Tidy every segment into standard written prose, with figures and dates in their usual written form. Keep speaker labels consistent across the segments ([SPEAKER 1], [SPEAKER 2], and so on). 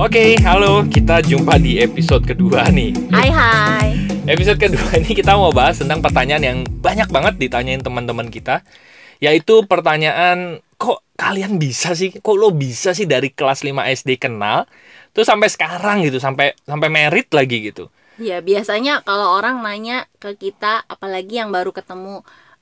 [SPEAKER 1] Oke, halo, kita jumpa di episode kedua nih.
[SPEAKER 2] Hai.
[SPEAKER 1] Episode kedua ini kita mau bahas tentang pertanyaan yang banyak banget ditanyain teman-teman kita. Yaitu pertanyaan, kok kalian bisa sih? Kok lo bisa sih dari kelas 5 SD kenal terus sampai sekarang gitu, sampai merit lagi gitu.
[SPEAKER 2] Ya biasanya kalau orang nanya ke kita, apalagi yang baru ketemu,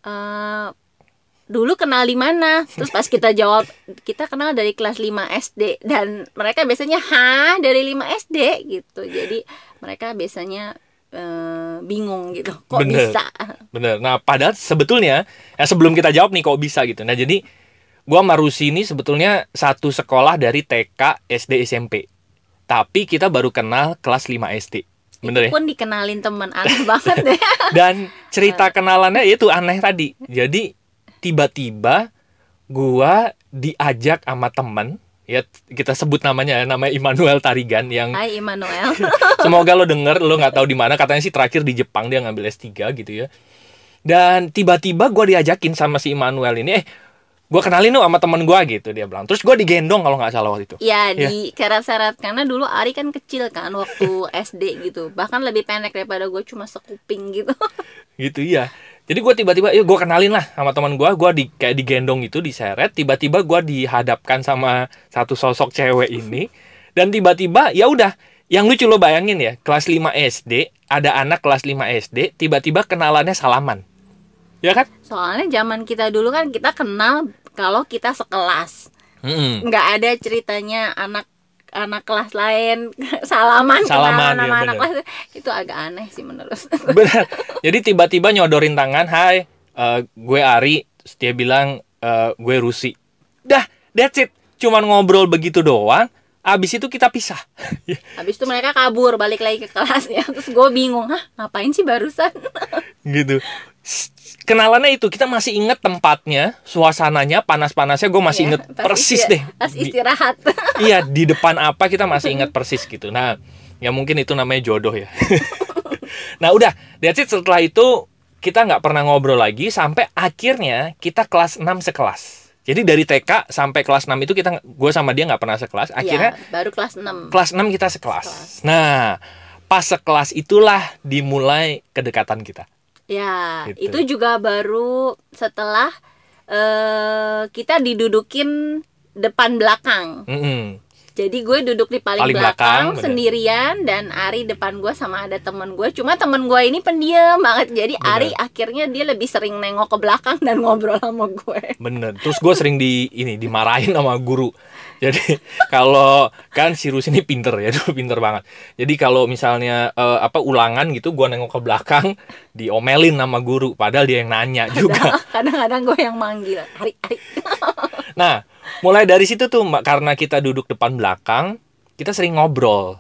[SPEAKER 2] dulu kenal di mana? Terus pas kita jawab, kita kenal dari kelas 5 SD. Dan mereka biasanya, dari 5 SD gitu. Jadi mereka biasanya bingung gitu, kok
[SPEAKER 1] Bener.
[SPEAKER 2] bisa?
[SPEAKER 1] Bener. Nah, padahal sebetulnya sebelum kita jawab nih kok bisa gitu. Nah, jadi gua sama Rusi ini sebetulnya satu sekolah dari TK, SD, SMP. Tapi kita baru kenal kelas 5 SD. Bener
[SPEAKER 2] Itu
[SPEAKER 1] ya?
[SPEAKER 2] pun dikenalin teman, aneh banget deh.
[SPEAKER 1] Dan cerita kenalannya itu aneh tadi. Jadi tiba-tiba gua diajak sama temen, ya kita sebut namanya Immanuel Tarigan, yang
[SPEAKER 2] Hai Immanuel.
[SPEAKER 1] semoga lo denger, lo nggak tahu di mana, katanya sih terakhir di Jepang, dia ngambil S3 gitu ya. Dan tiba-tiba gua diajakin sama si Immanuel ini, gua kenalin lo sama temen gua gitu, dia bilang. Terus gua digendong kalau nggak salah waktu itu.
[SPEAKER 2] Ya, diseret-seret karena dulu Ari kan kecil kan waktu SD gitu. Bahkan lebih pendek daripada gue, cuma sekuping gitu.
[SPEAKER 1] Gitu ya. Jadi gue tiba-tiba, gue kenalin lah sama teman gue kayak digendong gitu, diseret. Tiba-tiba gue dihadapkan sama satu sosok cewek ini, dan tiba-tiba ya udah, yang lucu lo bayangin ya, kelas 5 SD, ada anak kelas 5 SD, tiba-tiba kenalannya salaman, ya kan?
[SPEAKER 2] Soalnya zaman kita dulu kan kita kenal kalau kita sekelas. Nggak ada ceritanya anak kelas lain salaman kenalan
[SPEAKER 1] ya,
[SPEAKER 2] sama anak
[SPEAKER 1] bener.
[SPEAKER 2] kelas. Itu agak aneh sih menurut.
[SPEAKER 1] Bener. Jadi tiba-tiba nyodorin tangan, hai, gue Ari. Terus dia bilang, gue Rusi. Dah, that's it. Cuman ngobrol begitu doang. Abis itu kita pisah.
[SPEAKER 2] Habis itu mereka kabur balik lagi ke kelasnya. Terus gue bingung, ngapain sih barusan?
[SPEAKER 1] Gitu. Kenalannya itu, kita masih inget tempatnya, suasananya, panas-panasnya, gue masih inget persis deh.
[SPEAKER 2] Pas istirahat.
[SPEAKER 1] Iya, di depan apa kita masih inget persis gitu. Nah, ya mungkin itu namanya jodoh ya. Nah udah, that's it. Setelah itu kita nggak pernah ngobrol lagi sampai akhirnya kita kelas 6 sekelas. Jadi dari TK sampai kelas 6 itu gue sama dia nggak pernah sekelas. Akhirnya
[SPEAKER 2] baru kelas 6.
[SPEAKER 1] Kelas 6 kita sekelas. Nah, pas sekelas itulah dimulai kedekatan kita.
[SPEAKER 2] Ya,
[SPEAKER 1] Gitu.
[SPEAKER 2] itu juga baru setelah kita didudukin depan belakang. Jadi gue duduk di paling belakang sendirian, dan Ari depan gue sama ada temen gue. Cuma temen gue ini pendiam banget. Jadi Ari akhirnya dia lebih sering nengok ke belakang dan ngobrol sama gue.
[SPEAKER 1] Bener. Terus gue sering dimarahin sama guru. Jadi kalau kan si Rus ini pinter ya, dulu pinter banget. Jadi kalau misalnya ulangan gitu, gue nengok ke belakang, diomelin sama guru. Padahal dia yang nanya juga.
[SPEAKER 2] Kadang-kadang gue yang manggil, Ari.
[SPEAKER 1] Nah, mulai dari situ tuh, karena kita duduk depan belakang, kita sering ngobrol.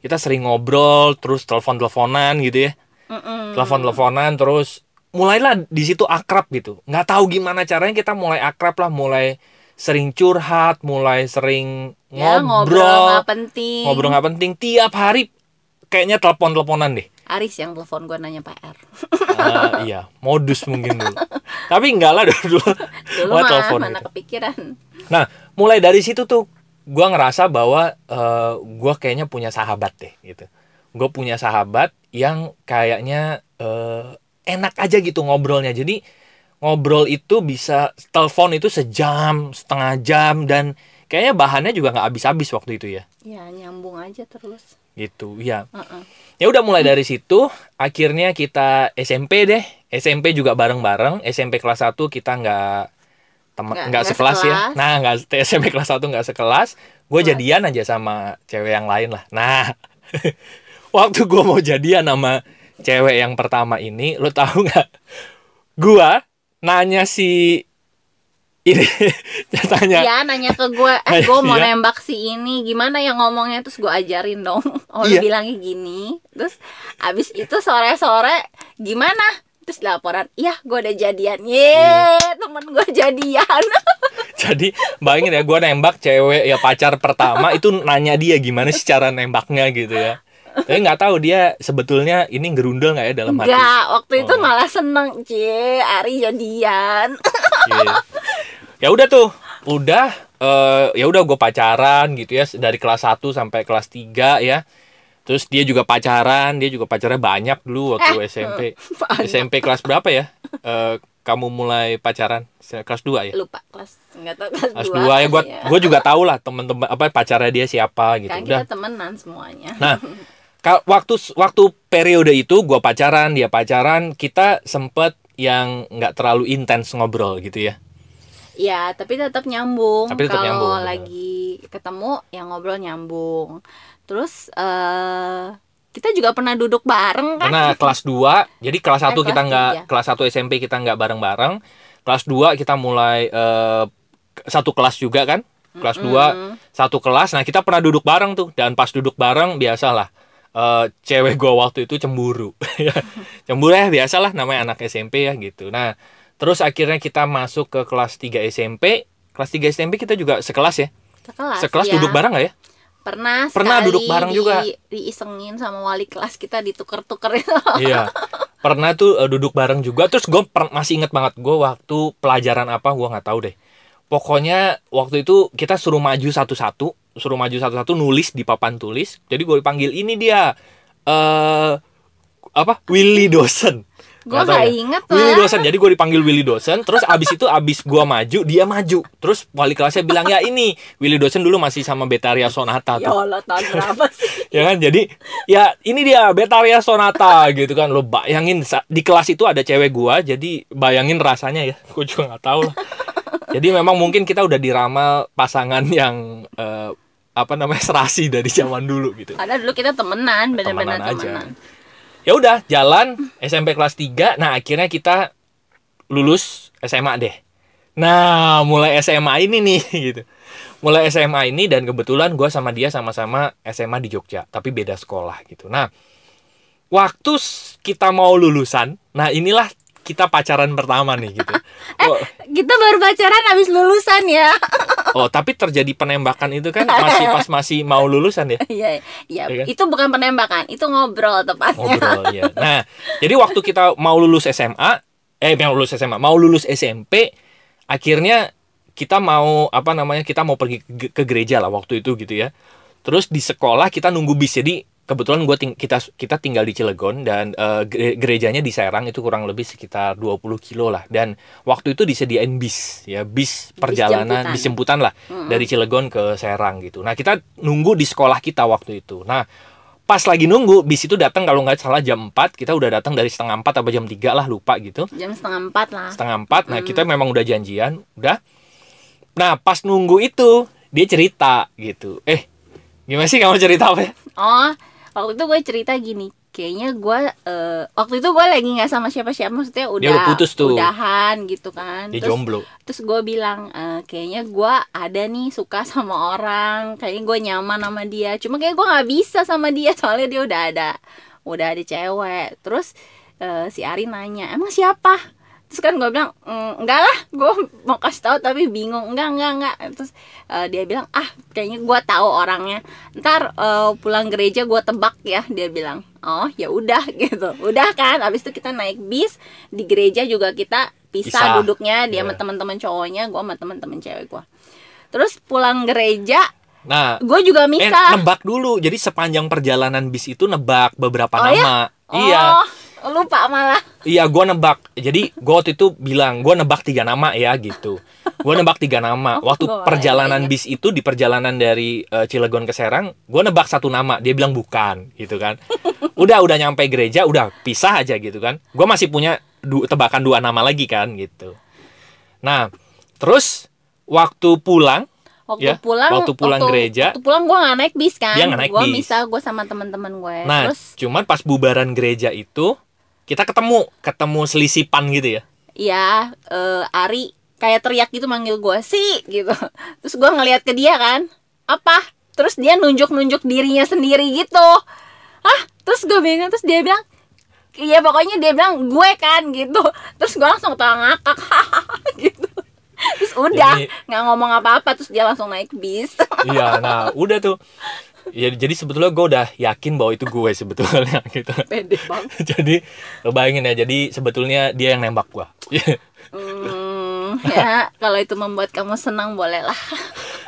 [SPEAKER 1] Terus telepon-teleponan gitu ya. Telepon-teleponan, terus mulailah di situ akrab gitu. Nggak tahu gimana caranya kita mulai akrab lah, mulai sering curhat, mulai sering ngobrol nggak penting. Tiap hari kayaknya telepon-teleponan deh.
[SPEAKER 2] Aris yang telepon gue nanya PR.
[SPEAKER 1] Iya, modus mungkin dulu. Tapi enggak lah dulu
[SPEAKER 2] mah mana
[SPEAKER 1] gitu.
[SPEAKER 2] kepikiran.
[SPEAKER 1] Nah, mulai dari situ tuh gue ngerasa bahwa gue kayaknya punya sahabat deh gitu. Gue punya sahabat yang kayaknya enak aja gitu ngobrolnya. Jadi ngobrol itu bisa, telepon itu sejam, setengah jam, dan kayaknya bahannya juga nggak habis-habis waktu itu ya.
[SPEAKER 2] Ya, nyambung aja terus.
[SPEAKER 1] Gitu, ya. Ya udah, mulai dari situ akhirnya kita SMP deh. SMP juga bareng-bareng. SMP kelas 1 kita nggak sekelas ya. Nah, SMP kelas 1 nggak sekelas. Gue jadian aja sama cewek yang lain lah. Nah, waktu gue mau jadian sama cewek yang pertama ini, lo tahu nggak? Gue nanya si ini
[SPEAKER 2] nanya ke gue, gue mau nembak si ini, gimana ya ngomongnya? Terus gue ajarin dong. Lu bilangnya gini. Terus abis itu sore-sore gimana? Terus laporan, gue udah jadian. Temen gue jadian.
[SPEAKER 1] Jadi bayangin ya, gue nembak cewek ya, pacar pertama itu nanya dia gimana sih cara nembaknya gitu ya. Tapi nggak tahu dia sebetulnya ini gerundel nggak ya dalam hati.
[SPEAKER 2] Nggak, waktu itu malah seneng. Ari jadian.
[SPEAKER 1] Ya udah tuh, udah ya udah gue pacaran gitu ya dari kelas 1 sampai kelas 3 ya. Terus dia juga pacarnya banyak dulu waktu SMP. SMP kelas berapa ya? Kamu mulai pacaran? Kelas 2 ya?
[SPEAKER 2] Lupa kelas, enggak tahu kelas
[SPEAKER 1] 2 ya. Gue juga tahu lah teman-teman apa pacarnya dia siapa gitu.
[SPEAKER 2] Kan kita temenan semuanya.
[SPEAKER 1] Nah, waktu periode itu gue pacaran, dia pacaran, kita sempet yang nggak terlalu intens ngobrol gitu ya.
[SPEAKER 2] Ya, tapi tetap nyambung. Kalau lagi ketemu yang ngobrol nyambung. Terus kita juga pernah duduk bareng kan?
[SPEAKER 1] Karena kelas 2, jadi kelas 1 kita nggak, kelas 1 SMP kita nggak bareng-bareng. Kelas 2 kita mulai satu kelas juga kan? Kelas 2 satu kelas. Nah, kita pernah duduk bareng tuh. Dan pas duduk bareng biasalah cewek gue waktu itu cemburu. Cemburu ya biasalah, namanya anak SMP ya gitu. Nah, terus akhirnya kita masuk ke kelas 3 SMP. Kelas 3 SMP kita juga sekelas ya? Sekelas ya. Duduk bareng gak ya?
[SPEAKER 2] Pernah
[SPEAKER 1] duduk bareng juga.
[SPEAKER 2] Diisengin sama wali kelas kita, dituker-tuker itu.
[SPEAKER 1] Iya. Pernah tuh duduk bareng juga. Terus gue masih inget banget, gue waktu pelajaran apa gue gak tahu deh. Pokoknya waktu itu kita suruh maju satu-satu nulis di papan tulis. Jadi gue dipanggil ini dia Willy dosen.
[SPEAKER 2] Gue gak inget lah.
[SPEAKER 1] Willy dosen. Jadi gue dipanggil Willy dosen. Terus abis gue maju, dia maju. Terus wali kelasnya bilang, ya ini Willy dosen dulu masih sama Betaria Sonata tuh.
[SPEAKER 2] Ya Allah, tahun berapa sih?
[SPEAKER 1] Ya kan, jadi ya ini dia Betaria Sonata gitu kan. Lo bayangin di kelas itu ada cewek gue. Jadi bayangin rasanya ya. Gue juga gak tahu lah. Jadi memang mungkin kita udah diramal pasangan yang serasi dari zaman dulu gitu.
[SPEAKER 2] Karena dulu kita temenan, benar-benar temenan.
[SPEAKER 1] Ya udah, jalan SMP kelas 3. Nah, akhirnya kita lulus SMA deh. Nah, mulai SMA ini nih gitu. Mulai SMA ini, dan kebetulan gue sama dia sama-sama SMA di Jogja, tapi beda sekolah gitu. Nah, waktu kita mau lulusan, nah inilah kita pacaran pertama nih gitu.
[SPEAKER 2] Kita baru pacaran habis lulusan ya.
[SPEAKER 1] Oh, tapi terjadi penembakan itu kan masih mau lulusan ya?
[SPEAKER 2] Iya, ya kan? Itu bukan penembakan, itu ngobrol tepatnya.
[SPEAKER 1] Ngobrol ya. Nah, jadi waktu kita mau lulus mau lulus SMP, akhirnya kita mau kita mau pergi ke gereja lah waktu itu gitu ya. Terus di sekolah kita nunggu bis. Jadi kebetulan kita tinggal di Cilegon, dan gerejanya di Serang, itu kurang lebih sekitar 20 kilo lah. Dan waktu itu disediain bis perjalanan, bis jemputan lah, dari Cilegon ke Serang gitu. Nah, kita nunggu di sekolah kita waktu itu. Nah, pas lagi nunggu, bis itu datang kalau nggak salah jam 4, kita udah datang dari setengah 4 atau jam 3 lah, lupa gitu.
[SPEAKER 2] Jam setengah 4 lah.
[SPEAKER 1] Setengah 4, nah kita memang udah janjian, udah. Nah, pas nunggu itu, dia cerita gitu. Gimana sih kamu cerita apa ya?
[SPEAKER 2] Oh, waktu itu gue cerita gini, kayaknya gue waktu itu gue lagi nggak sama siapa-siapa, maksudnya udah
[SPEAKER 1] putus tuh,
[SPEAKER 2] udahan gitu kan.
[SPEAKER 1] Dia jomblo.
[SPEAKER 2] Terus gue bilang kayaknya gue ada nih suka sama orang, kayaknya gue nyaman sama dia, cuma kayak gue nggak bisa sama dia soalnya dia udah ada cewek. Terus si Ari nanya, emang siapa? Terus kan gue bilang enggak lah, gue mau kasih tahu tapi bingung, enggak. Terus dia bilang kayaknya gue tahu orangnya, ntar pulang gereja gue tebak ya, dia bilang. Oh ya udah gitu, udah kan. Abis itu kita naik bis, di gereja juga kita pisah duduknya, dia sama teman-teman cowoknya, gue sama teman-teman cewek gue. Terus pulang gereja, nah gue juga misah.
[SPEAKER 1] Nebak dulu, jadi sepanjang perjalanan bis itu nebak beberapa nama.
[SPEAKER 2] Ya?
[SPEAKER 1] Iya.
[SPEAKER 2] Lupa malah.
[SPEAKER 1] Iya, gue nebak. Jadi gue waktu itu bilang gue nebak 3 nama ya gitu. Gue nebak 3 nama. Waktu perjalanan bis itu, di perjalanan dari Cilegon ke Serang, gue nebak 1 nama. Dia bilang bukan gitu kan. Udah nyampe gereja, udah pisah aja gitu kan. Gue masih punya tebakan 2 nama lagi kan gitu. Nah, terus waktu pulang gereja,
[SPEAKER 2] waktu pulang gue nggak naik bis kan.
[SPEAKER 1] Gue
[SPEAKER 2] misah, gue sama teman-teman gue.
[SPEAKER 1] Nah, cuman pas bubaran gereja itu kita ketemu selisipan gitu ya.
[SPEAKER 2] Iya, Ari kayak teriak gitu manggil gue sih gitu. Terus gue ngeliat ke dia kan, apa? Terus dia nunjuk dirinya sendiri gitu. Terus gue bingung. Terus dia bilang, iya pokoknya dia bilang gue kan gitu. Terus gue langsung ketawa ngakak gitu. Terus udah nggak ngomong apa-apa, terus dia langsung naik bis.
[SPEAKER 1] Iya, nah udah tuh. Ya, jadi sebetulnya gue udah yakin bahwa itu gue sebetulnya gitu.
[SPEAKER 2] Pede banget.
[SPEAKER 1] Jadi lo bayangin ya, jadi sebetulnya dia yang nembak gue.
[SPEAKER 2] Ya kalau itu membuat kamu senang boleh lah.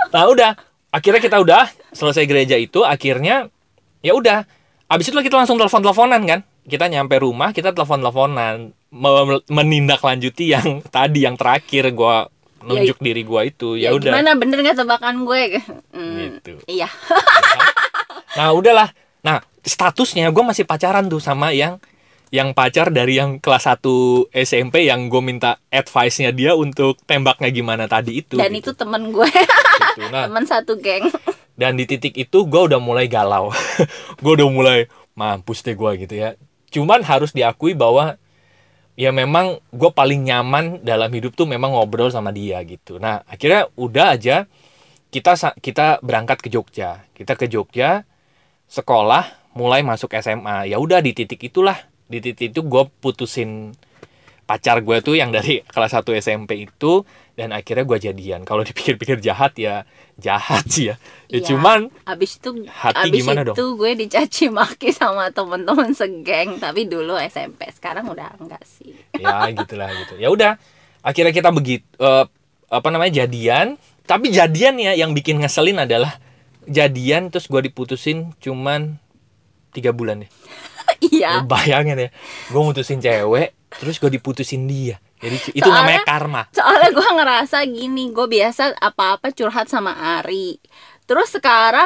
[SPEAKER 1] Nah udah, akhirnya kita udah selesai gereja itu, akhirnya ya udah. Abis itu kita langsung telepon-teleponan kan. Kita nyampe rumah, kita telepon-teleponan, menindaklanjuti yang tadi, yang terakhir gue nunjuk ya, diri gue itu. Ya udah.
[SPEAKER 2] Gimana, bener nggak tebakan gue?
[SPEAKER 1] Gitu.
[SPEAKER 2] Iya.
[SPEAKER 1] Nah udahlah. Nah statusnya gue masih pacaran tuh sama yang pacar dari yang kelas 1 SMP yang gue minta advice-nya dia untuk tembaknya gimana tadi itu.
[SPEAKER 2] Dan
[SPEAKER 1] gitu.
[SPEAKER 2] Itu temen gue. Gitu. Nah, temen satu geng.
[SPEAKER 1] Dan di titik itu gue udah mulai galau. Gue udah mulai mampus deh gue gitu ya. Cuman harus diakui bahwa ya memang gue paling nyaman dalam hidup tuh memang ngobrol sama dia gitu. Nah akhirnya udah aja kita berangkat ke Jogja. Kita ke Jogja, sekolah, mulai masuk SMA. Ya udah di titik itulah. Di titik itu gue putusin pacar gue tuh yang dari kelas 1 SMP itu, dan akhirnya gue jadian. Kalau dipikir-pikir jahat ya jahat sih ya. Ya cuman
[SPEAKER 2] abis itu
[SPEAKER 1] gimana dong?
[SPEAKER 2] Abis itu gue dicaci maki sama temen-temen segeng, tapi dulu SMP, sekarang udah enggak sih.
[SPEAKER 1] Ya gitulah gitu. Ya udah, akhirnya kita begitu jadian. Tapi jadiannya yang bikin ngeselin adalah jadian terus gue diputusin cuman 3 bulan deh.
[SPEAKER 2] Iya.
[SPEAKER 1] Bayangin ya, gue mutusin cewek terus gue diputusin dia. Jadi itu namanya karma.
[SPEAKER 2] Soalnya gue ngerasa gini, gue biasa apa-apa curhat sama Ari. Terus sekarang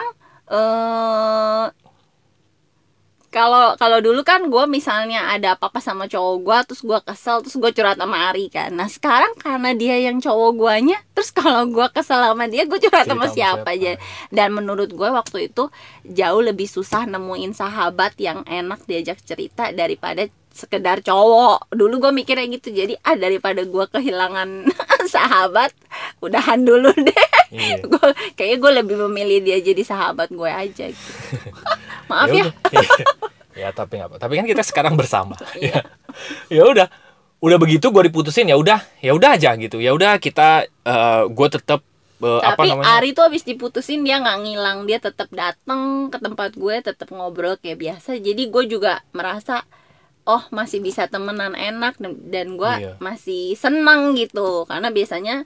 [SPEAKER 2] kalau dulu kan gue misalnya ada apa-apa sama cowok gue, terus gue kesel, terus gue curhat sama Ari kan. Nah sekarang karena dia yang cowok guanya, terus kalau gue kesel sama dia, gue curhat sama siapa aja. Dan menurut gue waktu itu jauh lebih susah nemuin sahabat yang enak diajak cerita daripada sekedar cowok. Dulu gue mikirnya gitu. Jadi daripada gue kehilangan sahabat, udahan dulu deh. Iya. Kayaknya gue lebih memilih dia jadi sahabat gue aja gitu. Maaf ya.
[SPEAKER 1] Ya tapi nggak apa. Tapi kan kita sekarang bersama. Ya udah begitu gue diputusin, ya udah aja gitu. Ya udah kita gue tetap
[SPEAKER 2] tapi Ari tuh abis diputusin dia nggak ngilang, dia tetap datang ke tempat gue, tetap ngobrol kayak biasa. Jadi gue juga merasa masih bisa temenan enak, dan gue masih senang gitu. Karena biasanya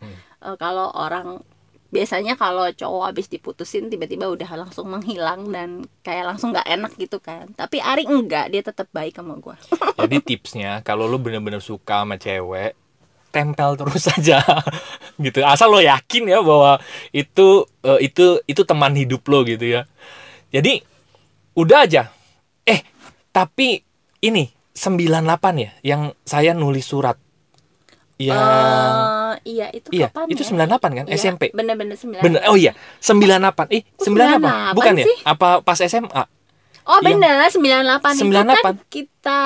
[SPEAKER 2] kalau cowok abis diputusin tiba-tiba udah langsung menghilang dan kayak langsung nggak enak gitu kan. Tapi Ari enggak, dia tetap baik sama gue.
[SPEAKER 1] Jadi tipsnya kalau lu bener-bener suka sama cewek, tempel terus aja gitu. Asal lo yakin ya bahwa itu teman hidup lo gitu ya. Jadi udah aja. Tapi ini 98 ya yang saya nulis surat.
[SPEAKER 2] Iya itu kapan
[SPEAKER 1] itu
[SPEAKER 2] ya?
[SPEAKER 1] 98 kan, iya, SMP.
[SPEAKER 2] Bener-bener 98.
[SPEAKER 1] Bener. Oh iya, 98. 98. Bukan sih? Ya? Apa pas SMA?
[SPEAKER 2] Oh bener, 98 itu kan kita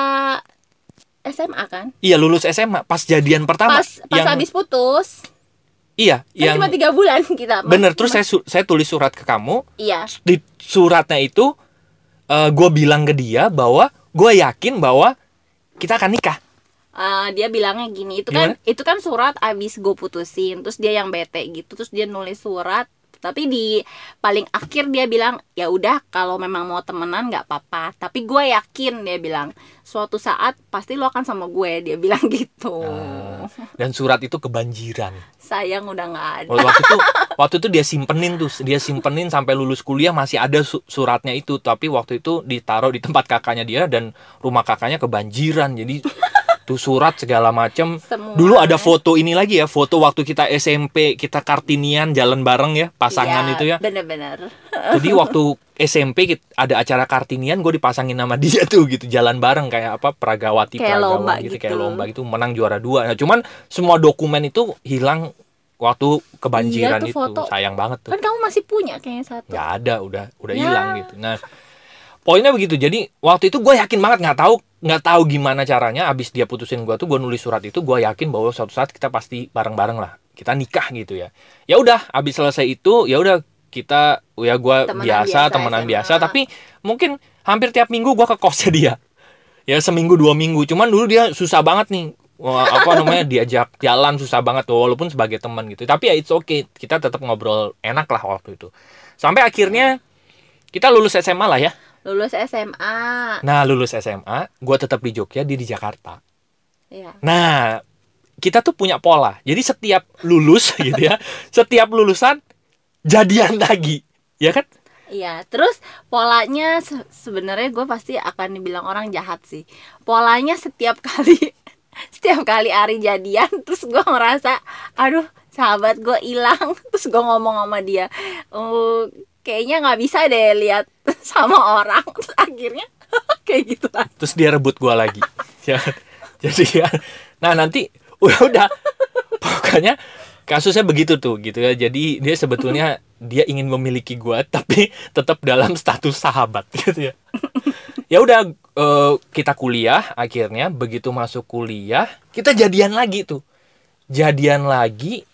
[SPEAKER 2] SMA kan?
[SPEAKER 1] Iya, lulus SMA pas jadian pertama.
[SPEAKER 2] Pas habis putus.
[SPEAKER 1] Iya,
[SPEAKER 2] kan yang cuma 3 bulan kita.
[SPEAKER 1] Bener, terus saya tulis surat ke kamu.
[SPEAKER 2] Iya.
[SPEAKER 1] Di suratnya itu gue bilang ke dia bahwa gue yakin bahwa kita akan nikah.
[SPEAKER 2] Dia bilangnya gini, itu kan surat abis gue putusin, terus dia yang bete gitu, terus dia nulis surat, tapi di paling akhir dia bilang ya udah kalau memang mau temenan nggak apa-apa, tapi gue yakin, dia bilang suatu saat pasti lo akan sama gue, dia bilang gitu.
[SPEAKER 1] Dan surat itu kebanjiran.
[SPEAKER 2] Sayang udah nggak ada.
[SPEAKER 1] Waktu itu dia simpenin sampai lulus kuliah masih ada suratnya itu, tapi waktu itu ditaruh di tempat kakaknya dia dan rumah kakaknya kebanjiran, jadi tuh surat segala macem. Dulu ada foto ini lagi ya, foto waktu kita SMP, kita kartinian jalan bareng ya, pasangan itu ya.
[SPEAKER 2] Bener-bener.
[SPEAKER 1] Jadi waktu SMP ada acara kartinian, gue dipasangin nama dia tuh gitu, jalan bareng kayak apa Pragawati
[SPEAKER 2] kayak lomba
[SPEAKER 1] gitu, kayak lomba gitu, menang juara 2. Nah, cuman semua dokumen itu hilang waktu kebanjiran itu. Sayang banget tuh.
[SPEAKER 2] Kan kamu masih punya kayaknya satu.
[SPEAKER 1] Nggak ada, udah hilang gitu. Nah, poinnya begitu. Jadi waktu itu gue yakin banget, nggak tahu gimana caranya, abis dia putusin gue tuh, gue nulis surat itu, gue yakin bahwa suatu saat kita pasti bareng-bareng lah, kita nikah gitu ya. Ya udah, abis selesai itu ya udah kita gue temenan biasa, tapi mungkin hampir tiap minggu gue ke kosnya dia. Ya seminggu 2 minggu. Cuman dulu dia susah banget nih. Diajak jalan susah banget tuh, walaupun sebagai teman gitu. Tapi ya it's okay, kita tetap ngobrol enak lah waktu itu. Sampai akhirnya kita lulus SMA lah ya.
[SPEAKER 2] Lulus SMA.
[SPEAKER 1] Nah, lulus SMA, gue tetap di Jogja, dia di Jakarta.
[SPEAKER 2] Iya.
[SPEAKER 1] Nah, kita tuh punya pola. Jadi setiap lulus gitu ya, setiap lulusan jadian lagi, ya kan?
[SPEAKER 2] Iya, terus polanya sebenarnya gue pasti akan dibilang orang jahat sih. Polanya setiap kali setiap kali Ari jadian, terus gue ngerasa, aduh sahabat gue hilang. Terus gue ngomong sama dia, kayaknya nggak bisa deh lihat sama orang. Terus akhirnya kayak gitu lah.
[SPEAKER 1] Terus dia rebut gue lagi, ya. Jadi ya, nah nanti udah pokoknya kasusnya begitu tuh gitu ya. Jadi dia sebetulnya dia ingin memiliki gue tapi tetap dalam status sahabat gitu ya. Ya udah, kita kuliah, akhirnya begitu masuk kuliah kita jadian lagi tuh. Jadian lagi,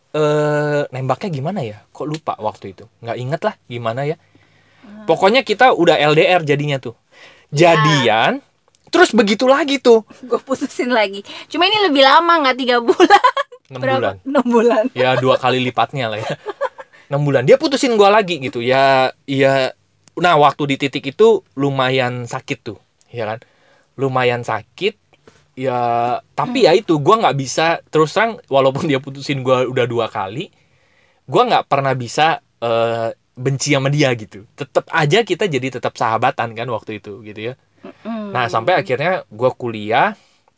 [SPEAKER 1] nembaknya gimana ya? Kok lupa waktu itu. Nggak inget lah gimana ya. Pokoknya kita udah LDR jadinya tuh. Jadian, terus begitu lagi tuh.
[SPEAKER 2] Gue putusin lagi. Cuma ini lebih lama, nggak 3 bulan.
[SPEAKER 1] 6 bulan.
[SPEAKER 2] 6 bulan.
[SPEAKER 1] Ya 2 kali lipatnya lah ya. 6 bulan. Dia putusin gue lagi gitu. Ya. Nah waktu di titik itu lumayan sakit tuh. Ya kan. Lumayan sakit. Ya. Tapi ya itu. Gue gak bisa. Terus terang. Walaupun dia putusin gue udah 2 kali. Gue gak pernah bisa benci sama dia gitu. Tetap aja kita jadi tetap sahabatan kan waktu itu gitu ya. Nah sampai akhirnya gue kuliah.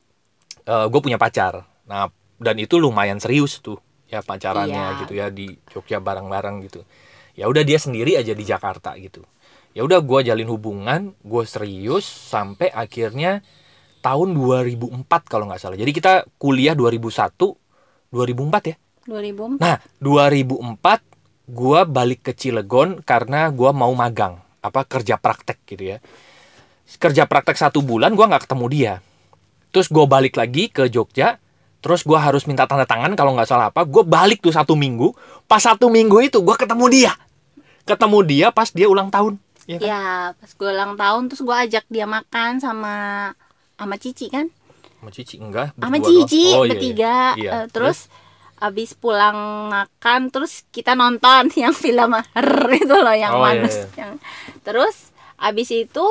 [SPEAKER 1] Gue punya pacar. Nah dan itu lumayan serius tuh ya pacarannya gitu ya, di Jogja bareng-bareng gitu. Ya udah dia sendiri aja di Jakarta gitu. Ya udah gue jalin hubungan, gue serius sampai akhirnya tahun 2004 kalau nggak salah. Jadi kita kuliah 2001, 2004 ya.
[SPEAKER 2] 2004.
[SPEAKER 1] Nah 2004 gue balik ke Cilegon karena gue mau magang, kerja praktek gitu ya. Kerja praktek 1 bulan gue nggak ketemu dia. Terus gue balik lagi ke Jogja. Terus gue harus minta tanda tangan kalau nggak salah apa. Gue balik tuh 1 minggu. Pas 1 minggu itu gue ketemu dia. Ketemu dia pas dia ulang tahun.
[SPEAKER 2] Ya, kan? Ya pas gue ulang tahun. Terus gue ajak dia makan sama Cici kan.
[SPEAKER 1] Sama Cici enggak.
[SPEAKER 2] Sama Cici bertiga. Iya. Terus abis pulang makan. Terus kita nonton yang film itu loh. Yang manus. Iya. Terus abis itu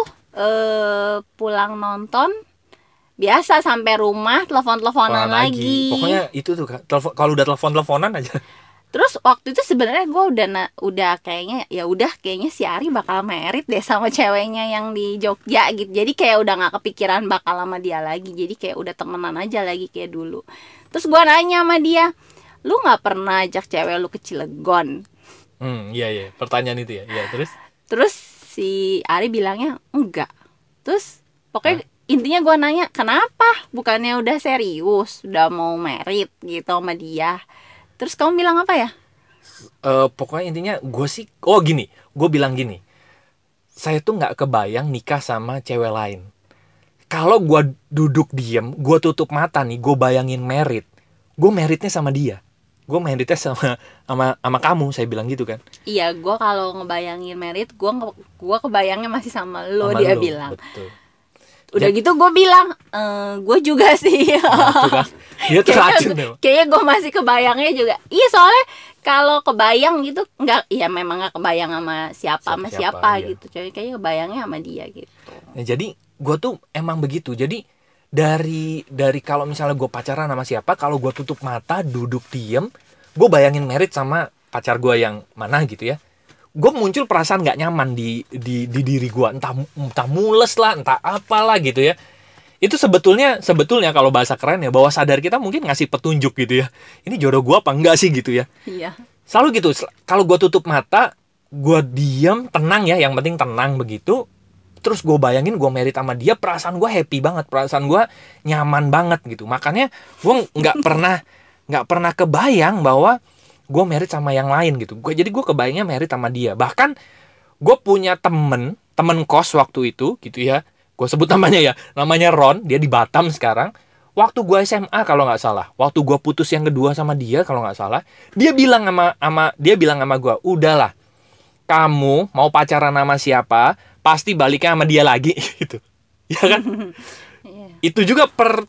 [SPEAKER 2] pulang nonton. Biasa sampai rumah telepon-teleponan lagi.
[SPEAKER 1] Pokoknya itu tuh kalau udah telepon-teleponan aja.
[SPEAKER 2] Terus waktu itu sebenarnya gue udah kayaknya si Ari bakal merit deh sama ceweknya yang di Jogja gitu. Jadi kayak udah nggak kepikiran bakal sama dia lagi. Jadi kayak udah temenan aja lagi kayak dulu. Terus gue nanya sama dia, lu nggak pernah ajak cewek lu ke Cilegon?
[SPEAKER 1] Iya pertanyaan itu ya. Iya
[SPEAKER 2] Terus si Ari bilangnya enggak. Terus pokoknya intinya gue nanya, kenapa? Bukannya udah serius, udah mau merit gitu sama dia. Terus kamu bilang apa ya?
[SPEAKER 1] Pokoknya intinya gue sih, gue bilang gini, saya tuh gak kebayang nikah sama cewek lain. Kalau gue duduk diem, gue tutup mata nih, gue bayangin merit, gue meritnya sama dia. Gue meritnya sama kamu, saya bilang gitu kan.
[SPEAKER 2] Iya, gue kalau ngebayangin merit, gue kebayangnya masih sama lo, dia bilang.
[SPEAKER 1] Betul.
[SPEAKER 2] Udah gitu gue bilang, gue juga sih.
[SPEAKER 1] Kan? Dia teracun.
[SPEAKER 2] Kayaknya gue masih kebayangnya juga. Iya soalnya kalau kebayang gitu memang nggak kebayang sama siapa iya. Gitu. Kayaknya kebayangnya sama dia gitu.
[SPEAKER 1] Nah, jadi gue tuh emang begitu. Jadi dari kalau misalnya gue pacaran sama siapa, kalau gue tutup mata, duduk diem, gue bayangin merit sama pacar gue yang mana gitu ya. Gue muncul perasaan gak nyaman di diri gue, entah mules lah, entah apalah gitu ya. Itu sebetulnya kalau bahasa keren ya, bawah sadar kita mungkin ngasih petunjuk gitu ya. Ini jodoh gue apa enggak sih gitu ya.
[SPEAKER 2] Iya.
[SPEAKER 1] Selalu gitu, kalau gue tutup mata, gue diam, tenang ya, yang penting tenang begitu. Terus gue bayangin gue merit sama dia, perasaan gue happy banget, perasaan gue nyaman banget gitu. Makanya gue nggak pernah kebayang bahwa gue merit sama yang lain gitu. Jadi gue kebayangnya merit sama dia. Bahkan gue punya temen kos waktu itu gitu ya. Gue sebut namanya Ron. Dia di Batam sekarang. Waktu gue SMA kalau nggak salah. Waktu gue putus yang kedua sama dia kalau nggak salah. Dia bilang sama gue, udahlah. Kamu mau pacaran sama siapa, pasti baliknya sama dia lagi gitu. Ya kan? Itu juga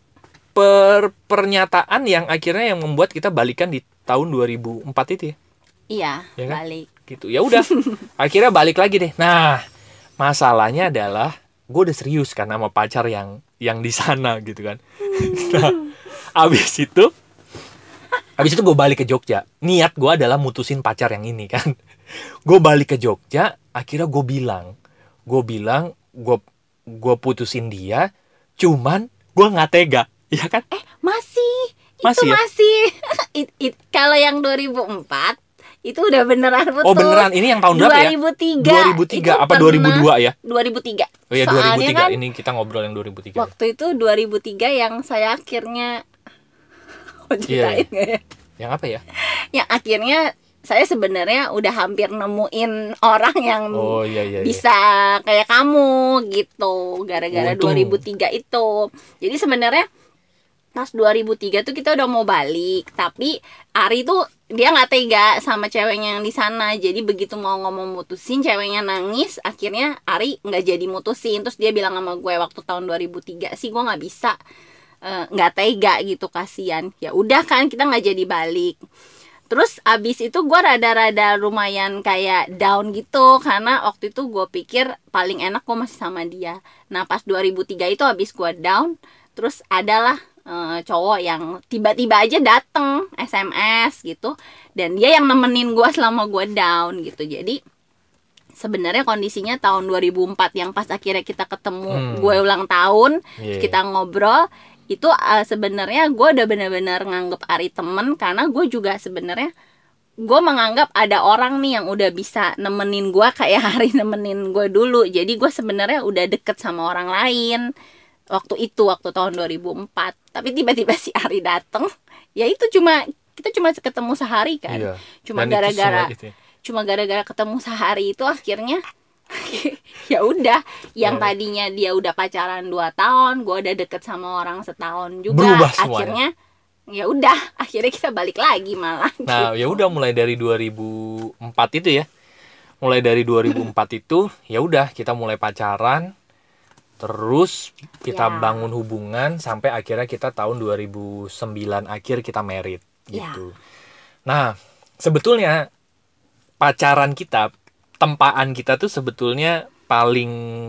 [SPEAKER 1] pernyataan yang akhirnya yang membuat kita balikan di tahun 2004 itu ya.
[SPEAKER 2] Iya,
[SPEAKER 1] ya kan?
[SPEAKER 2] Balik.
[SPEAKER 1] Gitu. Ya udah. Akhirnya balik lagi deh. Nah, masalahnya adalah gue udah serius kan sama pacar yang di sana gitu kan. Nah, abis itu Habis itu gue balik ke Jogja. Niat gue adalah mutusin pacar yang ini kan. Gue balik ke Jogja, akhirnya gue bilang, gue putusin dia, cuman gue nggak tega, ya kan?
[SPEAKER 2] Masih
[SPEAKER 1] ya?
[SPEAKER 2] masih. Kalau yang 2004 itu udah beneran putus.
[SPEAKER 1] Oh beneran, ini yang tahun berapa ya? 2003 apa 2002 ya?
[SPEAKER 2] 2003.
[SPEAKER 1] Oh ya 2003, kan, ini kita ngobrol yang 2003.
[SPEAKER 2] Waktu itu 2003 yang saya akhirnya
[SPEAKER 1] ceritain nggak ya? Yang apa ya?
[SPEAKER 2] Yang akhirnya saya sebenarnya udah hampir nemuin orang yang bisa kayak kamu gitu, gara-gara 2003 itu. Jadi sebenarnya pas 2003 tuh kita udah mau balik, tapi Ari tuh dia nggak tega sama ceweknya yang di sana. Jadi begitu mau ngomong mutusin, ceweknya nangis, akhirnya Ari nggak jadi mutusin. Terus dia bilang sama gue waktu tahun 2003 sih gue nggak bisa, nggak tega gitu, kasihan. Ya udah kan, kita nggak jadi balik. Terus abis itu gue rada-rada lumayan kayak down gitu, karena waktu itu gue pikir paling enak gue masih sama dia. Nah pas 2003 itu abis gue down, terus adalah cowok yang tiba-tiba aja dateng SMS gitu, dan dia yang nemenin gue selama gue down gitu. Jadi sebenarnya kondisinya tahun 2004 yang pas akhirnya kita ketemu, gue ulang tahun, kita ngobrol. Itu sebenarnya gue udah benar-benar nganggep Ari temen, karena gue juga sebenarnya gue menganggap ada orang nih yang udah bisa nemenin gue kayak Ari nemenin gue dulu. Jadi gue sebenarnya udah deket sama orang lain waktu tahun 2004. Tapi tiba-tiba si Ari dateng, ya itu kita cuma ketemu sehari kan.
[SPEAKER 1] Iya.
[SPEAKER 2] Cuma gara-gara ketemu sehari itu akhirnya ya udah, yang tadinya dia udah pacaran 2 tahun, gue udah deket sama orang setahun juga.
[SPEAKER 1] Berubah
[SPEAKER 2] akhirnya ya udah, akhirnya kita balik lagi malah.
[SPEAKER 1] Nah, ya udah mulai dari 2004 itu ya. Mulai dari 2004 itu ya udah kita mulai pacaran. Terus kita bangun hubungan sampai akhirnya kita tahun 2009 akhir kita married gitu. Nah, sebetulnya pacaran kita, tempaan kita tuh sebetulnya paling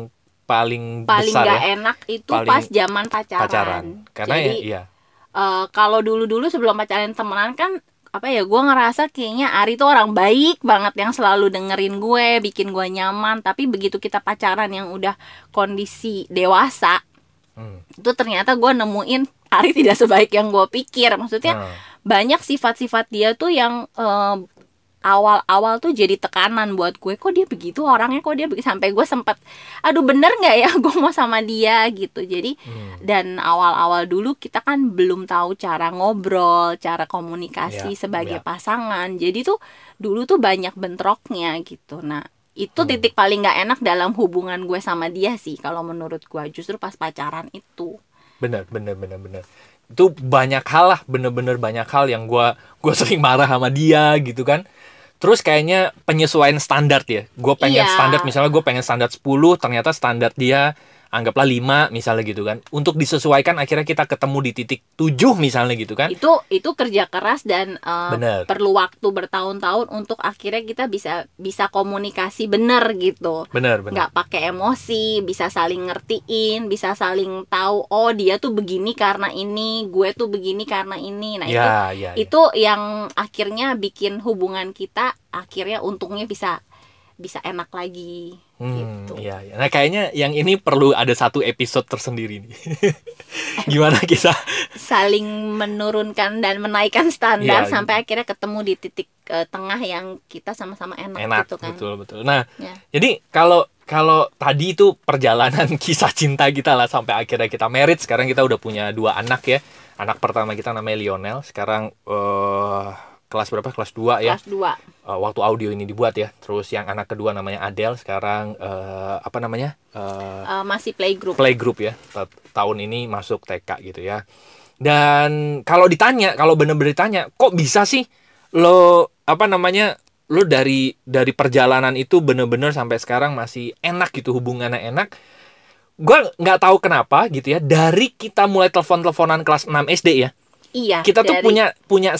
[SPEAKER 1] besar
[SPEAKER 2] gak enak itu pas zaman pacaran.
[SPEAKER 1] Karena jadi,
[SPEAKER 2] kalau dulu sebelum pacaran temenan kan gue ngerasa kayaknya Ari tuh orang baik banget yang selalu dengerin gue, bikin gue nyaman. Tapi begitu kita pacaran yang udah kondisi dewasa, itu ternyata gue nemuin Ari tidak sebaik yang gue pikir. Maksudnya banyak sifat-sifat dia tuh yang awal-awal tuh jadi tekanan buat gue. Kok dia begitu orangnya, kok dia begitu, sampai gue sempet aduh bener gak ya gue mau sama dia gitu. Jadi dan awal-awal dulu kita kan belum tahu cara ngobrol, cara komunikasi sebagai pasangan. Jadi tuh dulu tuh banyak bentroknya gitu. Nah itu titik paling gak enak dalam hubungan gue sama dia sih, kalau menurut gue, justru pas pacaran itu.
[SPEAKER 1] Bener. Itu banyak hal lah, bener-bener banyak hal yang gue sering marah sama dia gitu kan. Terus kayaknya penyesuaian standar ya. Gue pengen standar, misalnya gue pengen standar 10, ternyata standar dia anggaplah 5 misalnya gitu kan. Untuk disesuaikan akhirnya kita ketemu di titik 7 misalnya gitu kan.
[SPEAKER 2] Itu kerja keras dan perlu waktu bertahun-tahun untuk akhirnya kita bisa komunikasi bener gitu.
[SPEAKER 1] Bener.
[SPEAKER 2] Nggak pakai emosi, bisa saling ngertiin, bisa saling tahu, oh dia tuh begini karena ini, gue tuh begini karena ini. Nah itu yang akhirnya bikin hubungan kita akhirnya untungnya bisa enak lagi gitu.
[SPEAKER 1] Iya. Nah kayaknya yang ini perlu ada satu episode tersendiri nih. Gimana kita
[SPEAKER 2] saling menurunkan dan menaikkan standar sampai akhirnya ketemu di titik tengah yang kita sama-sama enak gitu kan.
[SPEAKER 1] Betul. Nah, jadi kalau tadi itu perjalanan kisah cinta kita lah sampai akhirnya kita married. Sekarang kita udah punya 2 anak ya. Anak pertama kita namanya Lionel. Sekarang kelas berapa? Kelas 2 ya.
[SPEAKER 2] Kelas 2.
[SPEAKER 1] Waktu audio ini dibuat ya. Terus yang anak kedua namanya Adele. Sekarang apa namanya?
[SPEAKER 2] Masih playgroup.
[SPEAKER 1] Playgroup ya. Tahun ini masuk TK gitu ya. Dan kalau bener-bener ditanya, kok bisa sih lo dari perjalanan itu bener-bener sampai sekarang masih enak gitu, hubungannya enak. Gue nggak tahu kenapa gitu ya. Dari kita mulai telepon-teleponan kelas 6 SD ya.
[SPEAKER 2] Iya.
[SPEAKER 1] Kita tuh punya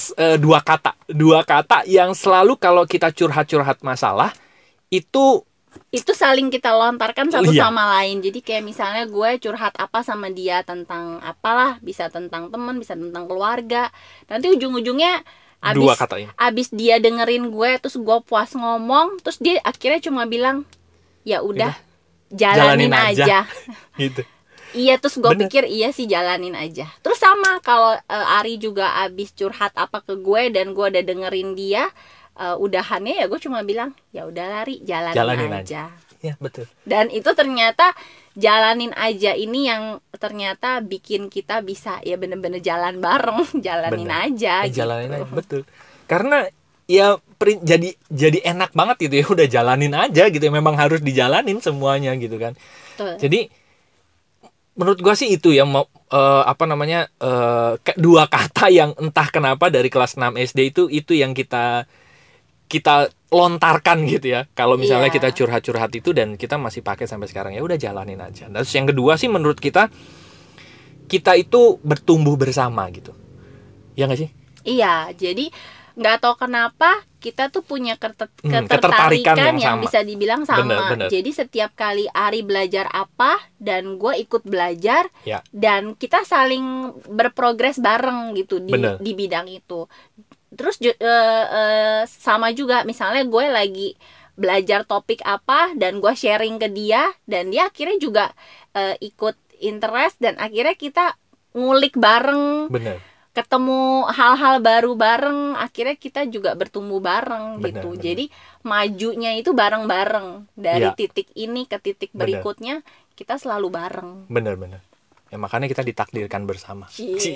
[SPEAKER 1] 2 kata yang selalu kalau kita curhat masalah itu
[SPEAKER 2] itu saling kita lontarkan satu sama lain. Jadi kayak misalnya gue curhat apa sama dia tentang apalah, bisa tentang teman, bisa tentang keluarga. Nanti ujung-ujungnya abis dia dengerin gue, terus gue puas ngomong, terus dia akhirnya cuma bilang, ya udah jalanin aja.
[SPEAKER 1] Gitu.
[SPEAKER 2] Iya, terus gue pikir iya sih, jalanin aja. Terus sama kalau Ari juga abis curhat apa ke gue dan gue udah dengerin dia, udahannya ya gue cuma bilang, ya udah Lari, jalanin aja.
[SPEAKER 1] Ya betul.
[SPEAKER 2] Dan itu ternyata jalanin aja ini yang ternyata bikin kita bisa ya bener-bener jalan bareng, jalanin aja.
[SPEAKER 1] Jalanin aja, betul. Karena ya jadi enak banget gitu ya, udah jalanin aja gitu ya, memang harus dijalanin semuanya gitu kan.
[SPEAKER 2] Betul.
[SPEAKER 1] Jadi menurut gua sih itu ya, dua kata yang entah kenapa dari kelas 6 SD itu yang kita lontarkan gitu ya. Kalau misalnya kita curhat-curhat itu dan kita masih pakai sampai sekarang, ya udah jalanin aja. Dan terus yang kedua sih menurut kita itu bertumbuh bersama gitu. Ya nggak sih?
[SPEAKER 2] Iya, jadi nggak tahu kenapa kita tuh punya ketertarikan yang bisa dibilang sama. Bener. Jadi setiap kali Ari belajar apa dan gue ikut belajar, dan kita saling berprogres bareng gitu di bidang itu. Terus sama juga misalnya gue lagi belajar topik apa dan gue sharing ke dia, dan dia akhirnya juga ikut interest, dan akhirnya kita ngulik bareng.
[SPEAKER 1] Bener.
[SPEAKER 2] Ketemu hal-hal baru bareng, akhirnya kita juga bertumbuh bareng gitu. Jadi majunya itu bareng-bareng dari titik ini ke titik berikutnya, kita selalu bareng.
[SPEAKER 1] Bener. Ya makanya kita ditakdirkan bersama.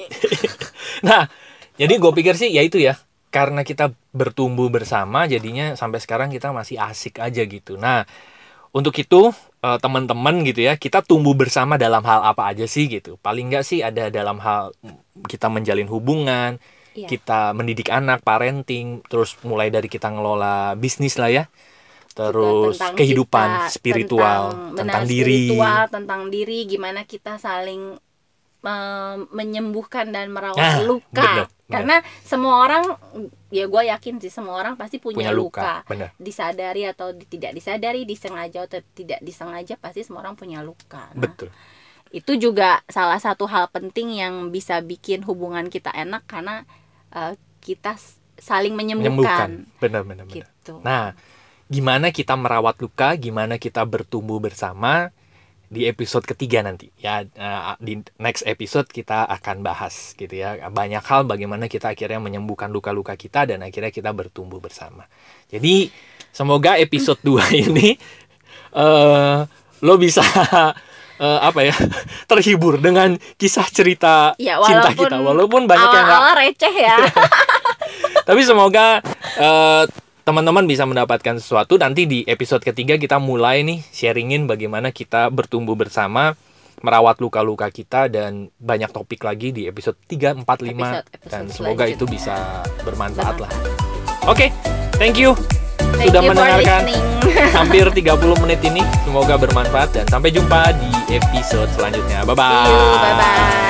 [SPEAKER 1] Nah, jadi gue pikir sih ya itu ya, karena kita bertumbuh bersama, jadinya sampai sekarang kita masih asik aja gitu. Nah, untuk itu teman-teman gitu ya, kita tumbuh bersama dalam hal apa aja sih gitu. Paling nggak sih ada dalam hal kita menjalin hubungan, kita mendidik anak, parenting, terus mulai dari kita ngelola bisnis lah ya, terus kehidupan spiritual, tentang
[SPEAKER 2] diri, gimana kita saling menyembuhkan dan merawat luka. Karena semua orang, ya gue yakin sih semua orang pasti punya luka. Disadari atau tidak disadari, disengaja atau tidak disengaja, pasti semua orang punya luka. Nah,
[SPEAKER 1] betul.
[SPEAKER 2] Itu juga salah satu hal penting yang bisa bikin hubungan kita enak, karena kita saling menyembuhkan.
[SPEAKER 1] Benar. Gitu. Nah, gimana kita merawat luka, gimana kita bertumbuh bersama, di episode ketiga nanti ya. Di next episode kita akan bahas gitu ya, banyak hal bagaimana kita akhirnya menyembuhkan luka-luka kita dan akhirnya kita bertumbuh bersama. Jadi semoga episode 2 ini lo bisa terhibur dengan kisah cerita cinta kita, walaupun banyak yang
[SPEAKER 2] awal receh ya.
[SPEAKER 1] Tapi semoga teman-teman bisa mendapatkan sesuatu. Nanti di episode ketiga kita mulai nih sharingin bagaimana kita bertumbuh bersama, merawat luka-luka kita, dan banyak topik lagi di episode 3, 4, 5 dan semoga itu bisa bermanfaat lah. Oke, thank you sudah mendengarkan hampir 30 menit ini. Semoga bermanfaat dan sampai jumpa di episode selanjutnya. Bye-bye.
[SPEAKER 2] Bye-bye.